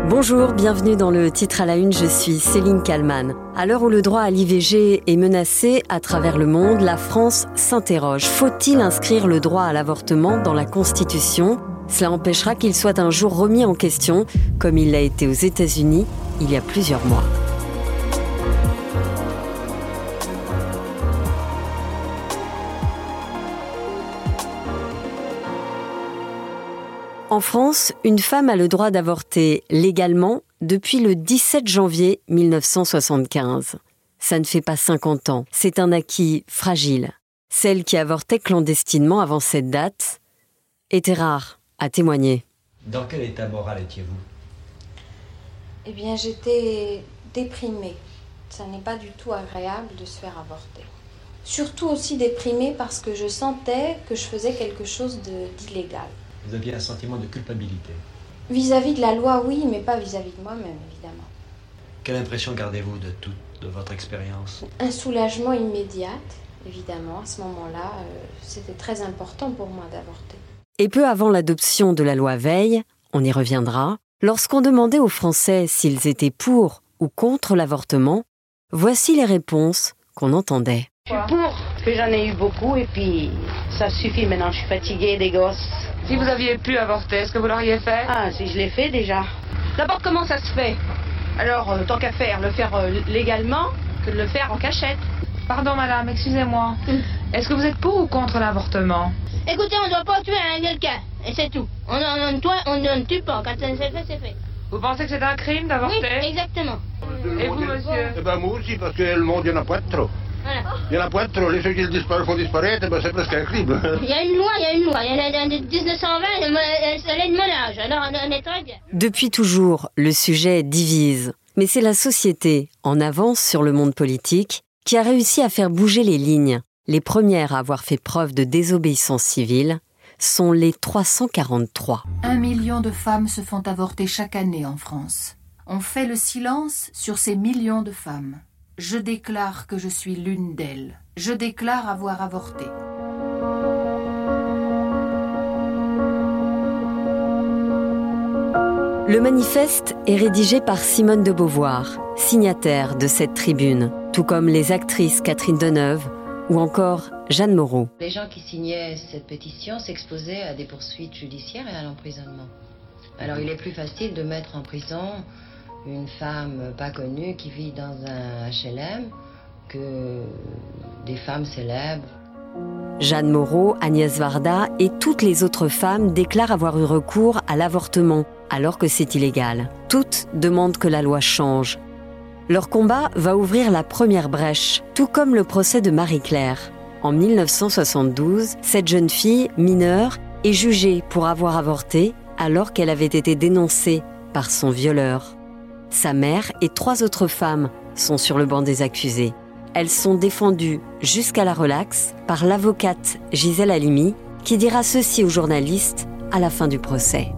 Bonjour, bienvenue dans le Titre à la Une, je suis Céline Kallmann. À l'heure où le droit à l'IVG est menacé à travers le monde, la France s'interroge. Faut-il inscrire le droit à l'avortement dans la Constitution ? Cela empêchera qu'il soit un jour remis en question, comme il l'a été aux États-Unis il y a plusieurs mois. En France, une femme a le droit d'avorter légalement depuis le 17 janvier 1975. Ça ne fait pas 50 ans. C'est un acquis fragile. Celle qui avortait clandestinement avant cette date était rare à témoigner. Dans quel état moral étiez-vous ? Eh bien, j'étais déprimée. Ça n'est pas du tout agréable de se faire avorter. Surtout aussi déprimée parce que je sentais que je faisais quelque chose d'illégal. Vous aviez un sentiment de culpabilité. Vis-à-vis de la loi, oui, mais pas vis-à-vis de moi-même, évidemment. Quelle impression gardez-vous de votre expérience ? Un soulagement immédiat, évidemment. À ce moment-là, c'était très important pour moi d'avorter. Et peu avant l'adoption de la loi Veil, on y reviendra, lorsqu'on demandait aux Français s'ils étaient pour ou contre l'avortement, voici les réponses qu'on entendait. Je suis pour, parce que j'en ai eu beaucoup et puis ça suffit maintenant, je suis fatiguée des gosses. Si vous aviez pu avorter, est-ce que vous l'auriez fait ? Ah, si je l'ai fait déjà. D'abord, comment ça se fait ? Alors, tant qu'à faire, le faire légalement que de le faire en cachette. Pardon madame, excusez-moi. Est-ce que vous êtes pour ou contre l'avortement ? Écoutez, on ne doit pas tuer quelqu'un, et c'est tout. On ne tue pas, quand c'est fait, c'est fait. Vous pensez que c'est un crime d'avorter ? Oui, exactement. Et vous, monsieur ? Eh ben moi aussi, parce que le monde, il n'y en a pas de trop. Voilà. Il n'y en a pas de trop. Les ceux qui le font disparaître, ben c'est presque un crime. Il y a une loi. Il y en a en 1920, elle est de mon âge, alors on est très bien. Depuis toujours, le sujet divise. Mais c'est la société, en avance sur le monde politique, qui a réussi à faire bouger les lignes. Les premières à avoir fait preuve de désobéissance civile sont les 343. 1 million de femmes se font avorter chaque année en France. On fait le silence sur ces millions de femmes. Je déclare que je suis l'une d'elles. Je déclare avoir avorté. Le manifeste est rédigé par Simone de Beauvoir, signataire de cette tribune, tout comme les actrices Catherine Deneuve ou encore Jeanne Moreau. Les gens qui signaient cette pétition s'exposaient à des poursuites judiciaires et à l'emprisonnement. Alors il est plus facile de mettre en prison une femme pas connue qui vit dans un HLM que des femmes célèbres. Jeanne Moreau, Agnès Varda et toutes les autres femmes déclarent avoir eu recours à l'avortement, alors que c'est illégal. Toutes demandent que la loi change. Leur combat va ouvrir la première brèche, tout comme le procès de Marie-Claire. En 1972, cette jeune fille, mineure, est jugée pour avoir avorté alors qu'elle avait été dénoncée par son violeur. Sa mère et 3 autres femmes sont sur le banc des accusés. Elles sont défendues jusqu'à la relaxe par l'avocate Gisèle Halimi, qui dira ceci aux journalistes à la fin du procès.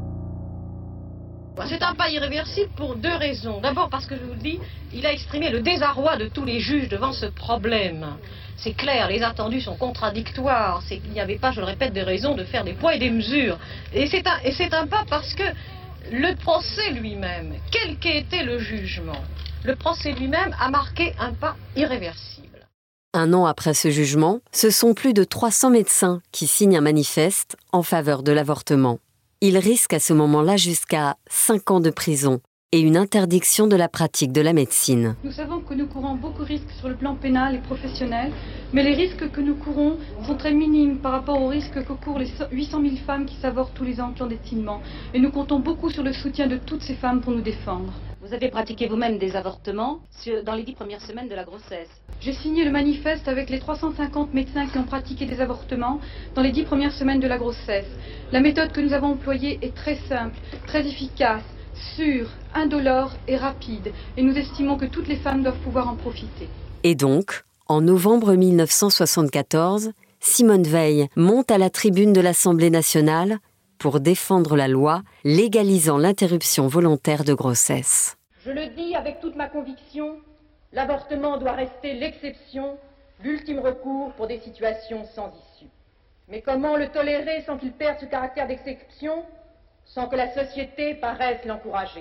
C'est un pas irréversible pour 2 raisons. D'abord parce que je vous le dis, il a exprimé le désarroi de tous les juges devant ce problème. C'est clair, les attendus sont contradictoires. Il n'y avait pas, je le répète, de raison de faire des poids et des mesures. Et c'est un pas parce que le procès lui-même, quel qu'ait été le jugement, le procès lui-même a marqué un pas irréversible. 1 an après ce jugement, ce sont plus de 300 médecins qui signent un manifeste en faveur de l'avortement. Ils risquent à ce moment-là jusqu'à 5 ans de prison et une interdiction de la pratique de la médecine. Nous savons que nous courons beaucoup de risques sur le plan pénal et professionnel, mais les risques que nous courons sont très minimes par rapport aux risques que courent les 800 000 femmes qui s'avortent tous les ans clandestinement. Et nous comptons beaucoup sur le soutien de toutes ces femmes pour nous défendre. Vous avez pratiqué vous-même des avortements dans les 10 premières semaines de la grossesse. J'ai signé le manifeste avec les 350 médecins qui ont pratiqué des avortements dans les 10 premières semaines de la grossesse. La méthode que nous avons employée est très simple, très efficace, sûre, indolore et rapide. Et nous estimons que toutes les femmes doivent pouvoir en profiter. Et donc, en novembre 1974, Simone Veil monte à la tribune de l'Assemblée nationale pour défendre la loi légalisant l'interruption volontaire de grossesse. Je le dis avec toute ma conviction, l'avortement doit rester l'exception, l'ultime recours pour des situations sans issue. Mais comment le tolérer sans qu'il perde ce caractère d'exception, sans que la société paraisse l'encourager ?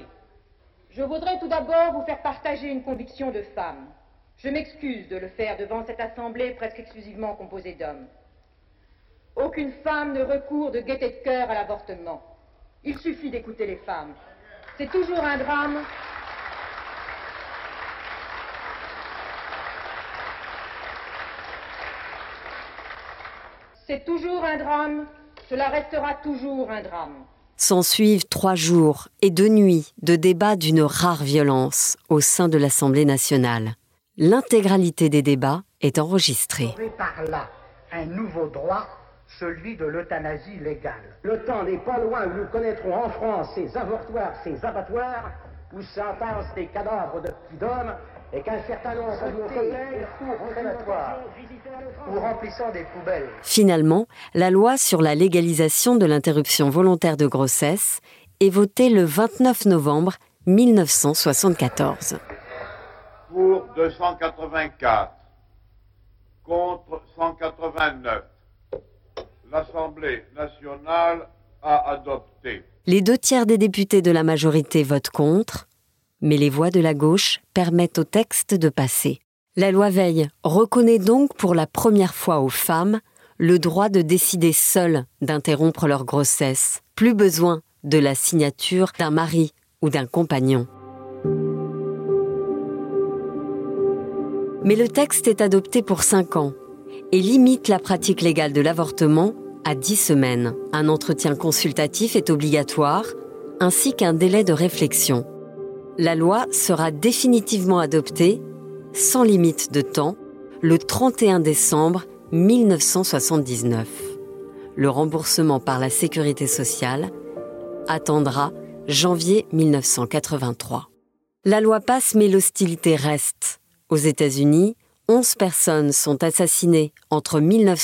Je voudrais tout d'abord vous faire partager une conviction de femme. Je m'excuse de le faire devant cette assemblée presque exclusivement composée d'hommes. Aucune femme ne recourt de gaieté de cœur à l'avortement. Il suffit d'écouter les femmes. C'est toujours un drame. C'est toujours un drame. Cela restera toujours un drame. S'ensuivent 3 jours et 2 nuits de débats d'une rare violence au sein de l'Assemblée nationale. L'intégralité des débats est enregistrée. Par là, un nouveau droit, celui de l'euthanasie légale. Le temps n'est pas loin où nous connaîtrons en France ces avortoirs, ces abattoirs, où s'entassent des cadavres de petits d'hommes et qu'un certain nombre de nos collègues ou remplissant des poubelles. Finalement, la loi sur la légalisation de l'interruption volontaire de grossesse est votée le 29 novembre 1974. Pour 284, contre 189. L'Assemblée nationale a adopté. Les 2/3 des députés de la majorité votent contre, mais les voix de la gauche permettent au texte de passer. La loi Veil reconnaît donc pour la première fois aux femmes le droit de décider seules d'interrompre leur grossesse. Plus besoin de la signature d'un mari ou d'un compagnon. Mais le texte est adopté pour 5 ans et limite la pratique légale de l'avortement à 10 semaines. Un entretien consultatif est obligatoire, ainsi qu'un délai de réflexion. La loi sera définitivement adoptée, sans limite de temps, le 31 décembre 1979. Le remboursement par la Sécurité sociale attendra janvier 1983. La loi passe, mais l'hostilité reste. Aux États-Unis, 11 personnes sont assassinées entre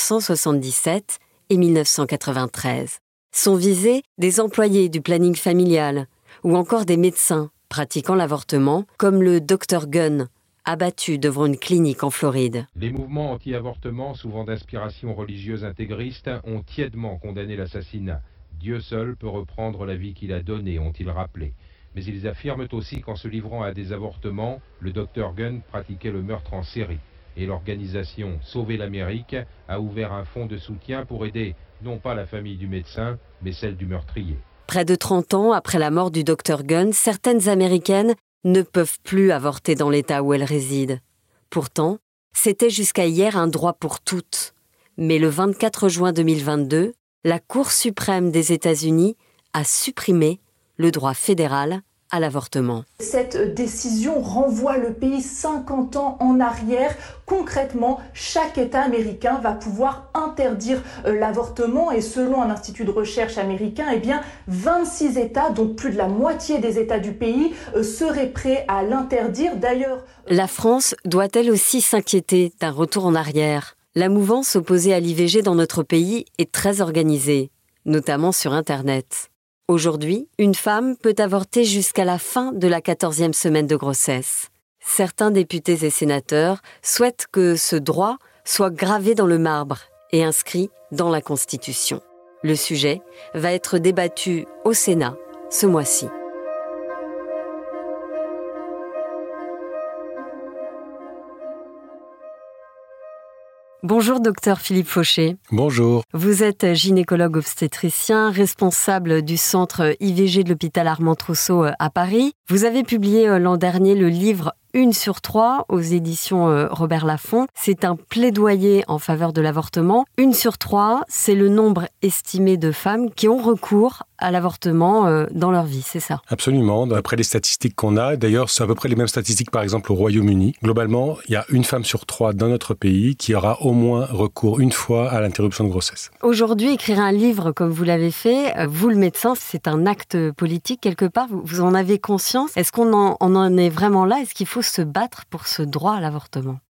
1977 et 1993. Sont visés des employés du planning familial ou encore des médecins pratiquant l'avortement, comme le Dr Gunn, abattu devant une clinique en Floride. Les mouvements anti-avortement, souvent d'inspiration religieuse intégriste, ont tièdement condamné l'assassinat. Dieu seul peut reprendre la vie qu'il a donnée, ont-ils rappelé. Mais ils affirment aussi qu'en se livrant à des avortements, le Dr Gunn pratiquait le meurtre en série. Et l'organisation Sauver l'Amérique a ouvert un fonds de soutien pour aider non pas la famille du médecin, mais celle du meurtrier. Près de 30 ans après la mort du Dr Gunn, certaines Américaines ne peuvent plus avorter dans l'État où elles résident. Pourtant, c'était jusqu'à hier un droit pour toutes. Mais le 24 juin 2022, la Cour suprême des États-Unis a supprimé le droit fédéral à l'avortement. Cette décision renvoie le pays 50 ans en arrière. Concrètement, chaque État américain va pouvoir interdire l'avortement et selon un institut de recherche américain, 26 États, donc plus de la moitié des États du pays, seraient prêts à l'interdire. D'ailleurs, la France doit elle aussi s'inquiéter d'un retour en arrière. La mouvance opposée à l'IVG dans notre pays est très organisée, notamment sur Internet. Aujourd'hui, une femme peut avorter jusqu'à la fin de la 14e semaine de grossesse. Certains députés et sénateurs souhaitent que ce droit soit gravé dans le marbre et inscrit dans la Constitution. Le sujet va être débattu au Sénat ce mois-ci. Bonjour docteur Philippe Fauché. Bonjour. Vous êtes gynécologue obstétricien, responsable du centre IVG de l'hôpital Armand Trousseau à Paris. Vous avez publié l'an dernier le livre 1 sur 3 aux éditions Robert Laffont. C'est un plaidoyer en faveur de l'avortement. 1 sur 3, c'est le nombre estimé de femmes qui ont recours à l'avortement dans leur vie, c'est ça? Absolument. D'après les statistiques qu'on a, d'ailleurs, c'est à peu près les mêmes statistiques, par exemple, au Royaume-Uni. Globalement, il y a 1 femme sur 3 dans notre pays qui aura au moins recours 1 fois à l'interruption de grossesse. Aujourd'hui, écrire un livre comme vous l'avez fait, vous le médecin, c'est un acte politique quelque part. Vous en avez conscience? Est-ce qu'on en est vraiment là? Est-ce qu'il faut se battre pour ce droit à l'avortement?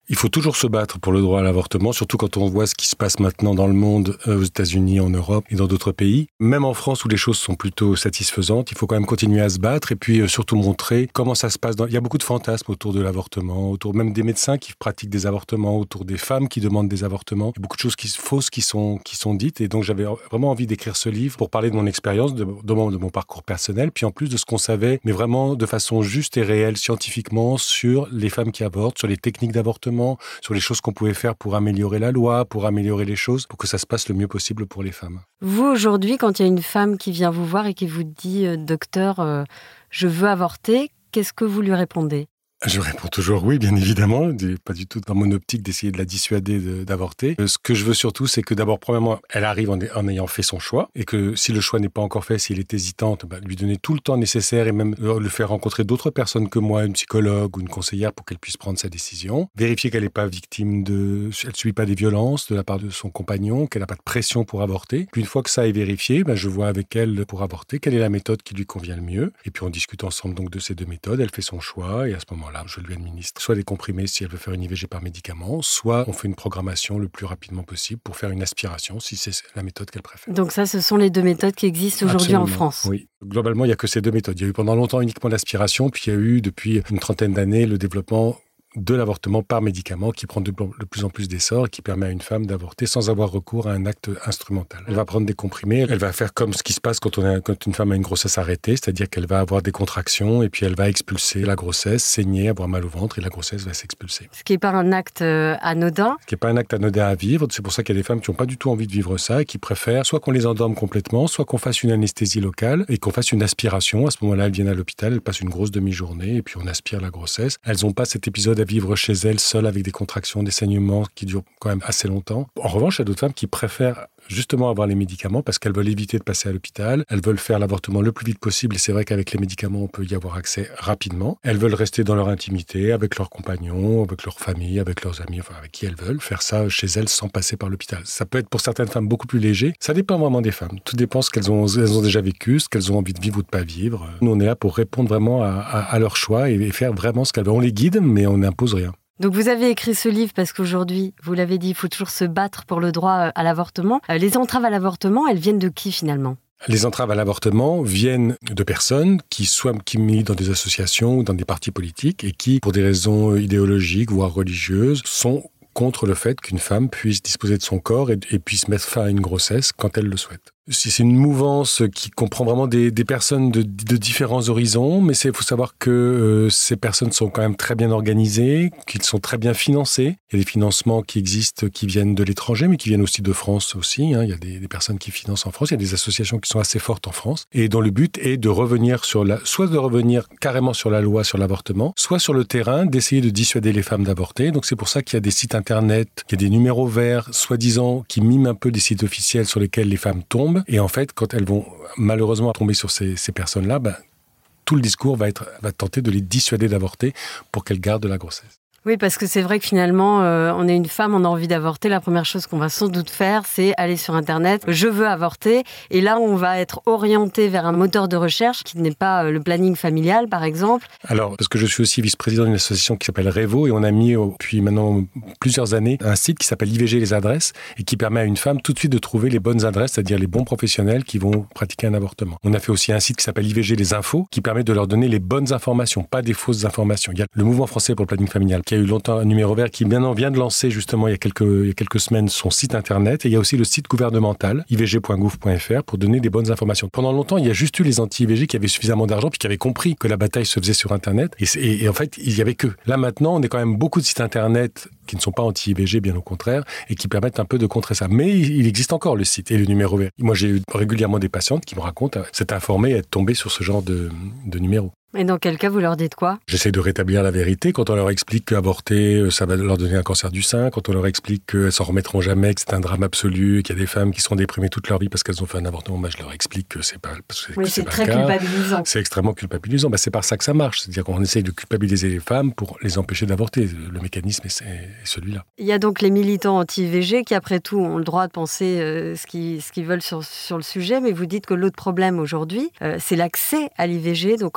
Il faut toujours se battre pour le droit à l'avortement, surtout quand on voit ce qui se passe maintenant dans le monde, aux États-Unis, en Europe et dans d'autres pays. Même en France où les choses sont plutôt satisfaisantes, il faut quand même continuer à se battre et puis surtout montrer comment ça se passe. Il y a beaucoup de fantasmes autour de l'avortement, autour même des médecins qui pratiquent des avortements, autour des femmes qui demandent des avortements. Il y a beaucoup de choses fausses qui sont dites et donc j'avais vraiment envie d'écrire ce livre pour parler de mon expérience, de mon parcours personnel, puis en plus de ce qu'on savait, mais vraiment de façon juste et réelle, scientifiquement, sur les femmes qui avortent, sur les techniques d'avortement, sur les choses qu'on pouvait faire pour améliorer la loi, pour améliorer les choses, pour que ça se passe le mieux possible pour les femmes. Vous, aujourd'hui, quand il y a une femme qui vient vous voir et qui vous dit « Docteur, je veux avorter », qu'est-ce que vous lui répondez ? Je réponds toujours oui, bien évidemment. Pas du tout dans mon optique d'essayer de la dissuader d'avorter. Ce que je veux surtout, c'est que d'abord, premièrement, elle arrive en ayant fait son choix et que si le choix n'est pas encore fait, si elle est hésitante, lui donner tout le temps nécessaire et même le faire rencontrer d'autres personnes que moi, une psychologue ou une conseillère pour qu'elle puisse prendre sa décision. Vérifier qu'elle n'est pas victime elle subit pas des violences de la part de son compagnon, qu'elle n'a pas de pression pour avorter. Puis une fois que ça est vérifié, je vois avec elle pour avorter quelle est la méthode qui lui convient le mieux. Et puis on discute ensemble donc de ces deux méthodes. Elle fait son choix et à ce moment-là, je lui administre soit des comprimés si elle veut faire une IVG par médicament, soit on fait une programmation le plus rapidement possible pour faire une aspiration si c'est la méthode qu'elle préfère. Donc ça, ce sont les deux méthodes qui existent aujourd'hui en France. Oui, globalement, il n'y a que ces deux méthodes. Il y a eu pendant longtemps uniquement l'aspiration, puis il y a eu depuis une trentaine d'années le développement de l'avortement par médicament qui prend de plus en plus d'essor et qui permet à une femme d'avorter sans avoir recours à un acte instrumental. Elle va prendre des comprimés, elle va faire comme ce qui se passe quand une femme a une grossesse arrêtée, c'est-à-dire qu'elle va avoir des contractions et puis elle va expulser la grossesse, saigner, avoir mal au ventre et la grossesse va s'expulser. Ce qui n'est pas un acte anodin. Ce qui n'est pas un acte anodin à vivre, c'est pour ça qu'il y a des femmes qui n'ont pas du tout envie de vivre ça et qui préfèrent soit qu'on les endorme complètement, soit qu'on fasse une anesthésie locale et qu'on fasse une aspiration. À ce moment-là, elles viennent à l'hôpital, elles passent une grosse demi-journée et puis on aspire la grossesse. Elles n'ont pas cet épisode à vivre chez elles, seules, avec des contractions, des saignements qui durent quand même assez longtemps. En revanche, il y a d'autres femmes qui préfèrent justement avoir les médicaments parce qu'elles veulent éviter de passer à l'hôpital. Elles veulent faire l'avortement le plus vite possible et c'est vrai qu'avec les médicaments, on peut y avoir accès rapidement. Elles veulent rester dans leur intimité, avec leurs compagnons, avec leur famille, avec leurs amis, enfin avec qui elles veulent, faire ça chez elles sans passer par l'hôpital. Ça peut être pour certaines femmes beaucoup plus léger. Ça dépend vraiment des femmes. Tout dépend ce qu'elles ont déjà vécu, ce qu'elles ont envie de vivre ou de pas vivre. Nous, on est là pour répondre vraiment à leur choix et faire vraiment ce qu'elles veulent. On les guide, mais on n'impose rien. Donc vous avez écrit ce livre parce qu'aujourd'hui, vous l'avez dit, il faut toujours se battre pour le droit à l'avortement. Les entraves à l'avortement, elles viennent de qui finalement ? Les entraves à l'avortement viennent de personnes qui militent dans des associations ou dans des partis politiques et qui, pour des raisons idéologiques, voire religieuses, sont contre le fait qu'une femme puisse disposer de son corps et puisse mettre fin à une grossesse quand elle le souhaite. C'est une mouvance qui comprend vraiment des personnes de différents horizons, mais il faut savoir que ces personnes sont quand même très bien organisées, qu'ils sont très bien financés. Il y a des financements qui existent, qui viennent de l'étranger, mais qui viennent aussi de France aussi. Il y a des personnes qui financent en France. Il y a des associations qui sont assez fortes en France et dont le but est de revenir soit de revenir carrément sur la loi sur l'avortement, soit sur le terrain d'essayer de dissuader les femmes d'avorter. Donc c'est pour ça qu'il y a des sites internet, qu'il y a des numéros verts, soi-disant, qui miment un peu des sites officiels sur lesquels les femmes tombent. Et en fait, quand elles vont malheureusement tomber sur ces personnes-là, tout le discours va tenter de les dissuader d'avorter pour qu'elles gardent la grossesse. Oui, parce que c'est vrai que finalement, on est une femme, on a envie d'avorter. La première chose qu'on va sans doute faire, c'est aller sur Internet. Je veux avorter. Et là, on va être orienté vers un moteur de recherche qui n'est pas le planning familial, par exemple. Alors, parce que je suis aussi vice-président d'une association qui s'appelle Revo et on a mis depuis maintenant plusieurs années un site qui s'appelle IVG les adresses et qui permet à une femme tout de suite de trouver les bonnes adresses, c'est-à-dire les bons professionnels qui vont pratiquer un avortement. On a fait aussi un site qui s'appelle IVG les infos qui permet de leur donner les bonnes informations, pas des fausses informations. Il y a le mouvement français pour le planning familial qui a eu longtemps un numéro vert qui maintenant vient de lancer justement il y a quelques semaines son site internet et il y a aussi le site gouvernemental ivg.gouv.fr pour donner des bonnes informations. Pendant longtemps, il y a juste eu les anti-IVG qui avaient suffisamment d'argent puis qui avaient compris que la bataille se faisait sur Internet et en fait, il y avait que. Là maintenant, on est quand même beaucoup de sites Internet qui ne sont pas anti-IVG, bien au contraire, et qui permettent un peu de contrer ça. Mais il existe encore le site et le numéro vert. Moi, j'ai eu régulièrement des patientes qui me racontent s'être informées et être tombées sur ce genre de numéro. Et dans quel cas, vous leur dites quoi ? J'essaie de rétablir la vérité. Quand on leur explique qu'avorter, ça va leur donner un cancer du sein, quand on leur explique qu'elles s'en remettront jamais, que c'est un drame absolu, qu'il y a des femmes qui seront déprimées toute leur vie parce qu'elles ont fait un avortement, je leur explique que c'est pas oui, c'est très culpabilisant. C'est extrêmement culpabilisant. C'est par ça que ça marche. C'est-à-dire qu'on essaie de culpabiliser les femmes pour les empêcher d'avorter. Le mécanisme est celui-là. Il y a donc les militants anti-IVG qui, après tout, ont le droit de penser ce qu'ils veulent sur le sujet, mais vous dites que l'autre problème aujourd'hui, c'est l'accès à l'IVG, donc en dehors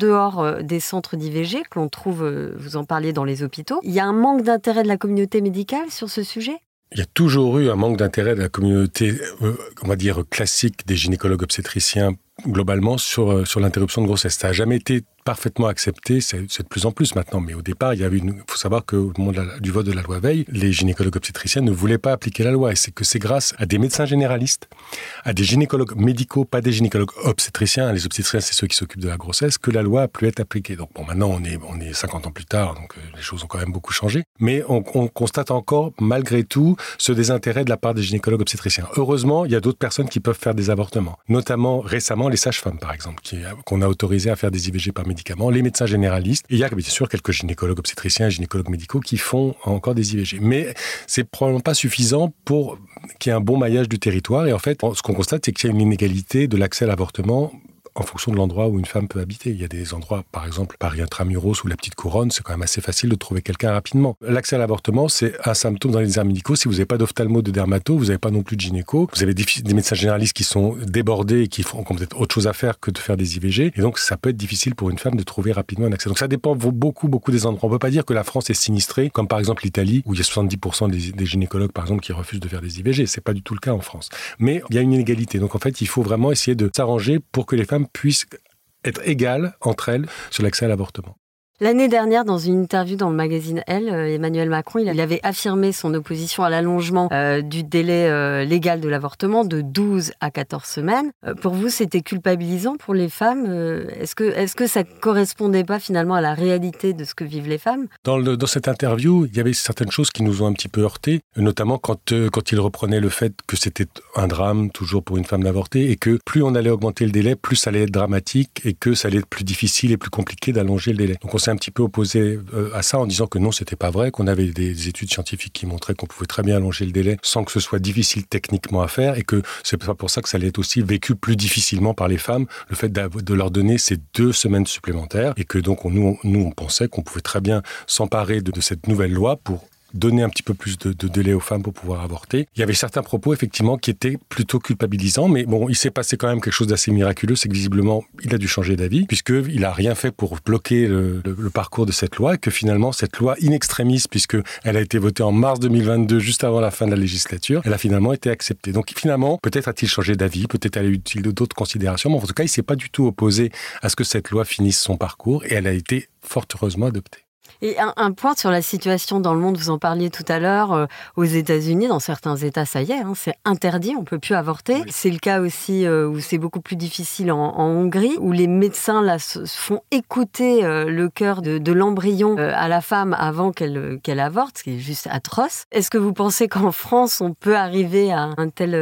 dehors des centres d'IVG que l'on trouve, vous en parliez, dans les hôpitaux. Il y a un manque d'intérêt de la communauté médicale sur ce sujet ? Il y a toujours eu un manque d'intérêt de la communauté, on va dire, classique des gynécologues obstétriciens, globalement, sur l'interruption de grossesse. Ça n'a jamais été parfaitement accepté, c'est de plus en plus maintenant, mais au départ, il faut savoir qu'au moment du vote de la loi Veil, les gynécologues obstétriciens ne voulaient pas appliquer la loi, et c'est que c'est grâce à des médecins généralistes, à des gynécologues médicaux, pas des gynécologues obstétriciens, les obstétriciens c'est ceux qui s'occupent de la grossesse, que la loi a pu être appliquée. Donc bon, maintenant on est 50 ans plus tard, donc les choses ont quand même beaucoup changé, mais on constate encore, malgré tout, ce désintérêt de la part des gynécologues obstétriciens. Heureusement, il y a d'autres personnes qui peuvent faire des avortements, notamment récemment les sages-femmes par exemple, qu'on a autorisé à faire des IVG par médicaments, les médecins généralistes. Et il y a bien sûr quelques gynécologues obstétriciens et gynécologues médicaux qui font encore des IVG. Mais c'est probablement pas suffisant pour qu'il y ait un bon maillage du territoire. Et en fait, ce qu'on constate, c'est qu'il y a une inégalité de l'accès à l'avortement en fonction de l'endroit où une femme peut habiter. Il y a des endroits, par exemple, Paris Intramuros ou la Petite Couronne, c'est quand même assez facile de trouver quelqu'un rapidement. L'accès à l'avortement, c'est un symptôme dans les déserts médicaux. Si vous n'avez pas d'ophtalmo, de dermato, vous n'avez pas non plus de gynéco, vous avez des médecins généralistes qui sont débordés et qui ont peut-être autre chose à faire que de faire des IVG. Et donc, ça peut être difficile pour une femme de trouver rapidement un accès. Donc, ça dépend beaucoup des endroits. On ne peut pas dire que la France est sinistrée, comme par exemple l'Italie, où il y a 70% des gynécologues, par exemple, qui refusent de faire des IVG. C'est pas du tout le cas en France. Mais il y a une inégalité. Donc, en fait, il faut vraiment essayer de s'arranger pour que les femmes puissent être égales entre elles sur l'accès à l'avortement. L'année dernière, dans une interview dans le magazine Elle, Emmanuel Macron, il avait affirmé son opposition à l'allongement du délai légal de l'avortement de 12 à 14 semaines. Pour vous, c'était culpabilisant pour les femmes ? Est-ce que ça ne correspondait pas finalement à la réalité de ce que vivent les femmes ? Dans cette interview, il y avait certaines choses qui nous ont un petit peu heurtés, notamment quand il reprenait le fait que c'était un drame toujours pour une femme d'avorter et que plus on allait augmenter le délai, plus ça allait être dramatique et que ça allait être plus difficile et plus compliqué d'allonger le délai. Donc on s'est un petit peu opposé à ça en disant que non, c'était pas vrai, qu'on avait des études scientifiques qui montraient qu'on pouvait très bien allonger le délai sans que ce soit difficile techniquement à faire et que c'est pas pour ça que ça allait être aussi vécu plus difficilement par les femmes, le fait de leur donner ces 2 semaines supplémentaires et que donc nous on pensait qu'on pouvait très bien s'emparer de cette nouvelle loi pour donner un petit peu plus de délai aux femmes pour pouvoir avorter. Il y avait certains propos, effectivement, qui étaient plutôt culpabilisants, mais bon, il s'est passé quand même quelque chose d'assez miraculeux, c'est que visiblement, il a dû changer d'avis, puisqu'il n'a rien fait pour bloquer le parcours de cette loi, et que finalement, cette loi in extremis, puisqu'elle a été votée en mars 2022, juste avant la fin de la législature, elle a finalement été acceptée. Donc finalement, peut-être a-t-il changé d'avis, peut-être a eu d'autres considérations, mais en tout cas, il ne s'est pas du tout opposé à ce que cette loi finisse son parcours, et elle a été fort heureusement adoptée. Et un point sur la situation dans le monde, vous en parliez tout à l'heure, aux États-Unis, dans certains États, ça y est, c'est interdit, on ne peut plus avorter. Oui. C'est le cas aussi où c'est beaucoup plus difficile en Hongrie, où les médecins là, se font écouter le cœur de l'embryon à la femme avant qu'elle avorte, ce qui est juste atroce. Est-ce que vous pensez qu'en France, on peut arriver à un tel...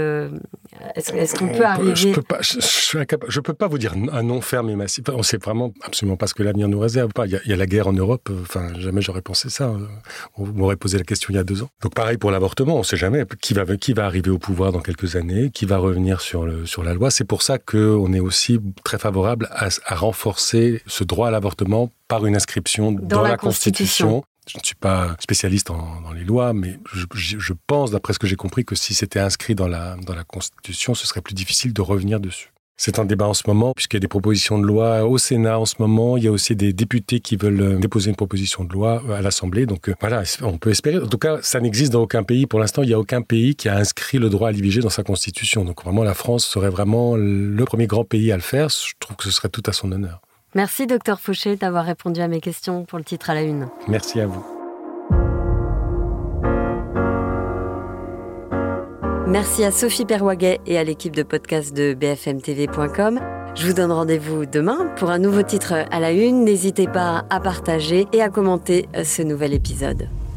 Est-ce qu'on peut arriver... Je peux pas vous dire un non ferme et massif. On ne sait vraiment absolument pas ce que l'avenir nous réserve. Il y a la guerre en Europe, jamais j'aurais pensé ça. On m'aurait posé la question il y a 2 ans. Donc pareil pour l'avortement, on ne sait jamais qui va arriver au pouvoir dans quelques années, qui va revenir sur la loi. C'est pour ça qu'on est aussi très favorable à renforcer ce droit à l'avortement par une inscription dans la Constitution. Je ne suis pas spécialiste dans les lois, mais je pense, d'après ce que j'ai compris, que si c'était inscrit dans la Constitution, ce serait plus difficile de revenir dessus. C'est un débat en ce moment, puisqu'il y a des propositions de loi au Sénat en ce moment. Il y a aussi des députés qui veulent déposer une proposition de loi à l'Assemblée. Donc voilà, on peut espérer. En tout cas, ça n'existe dans aucun pays. Pour l'instant, il n'y a aucun pays qui a inscrit le droit à l'IVG dans sa Constitution. Donc vraiment, la France serait vraiment le premier grand pays à le faire. Je trouve que ce serait tout à son honneur. Merci, Dr Fauché, d'avoir répondu à mes questions pour le titre à la une. Merci à vous. Merci à Sophie Perwaguet et à l'équipe de podcast de bfmtv.com. Je vous donne rendez-vous demain pour un nouveau titre à la une. N'hésitez pas à partager et à commenter ce nouvel épisode.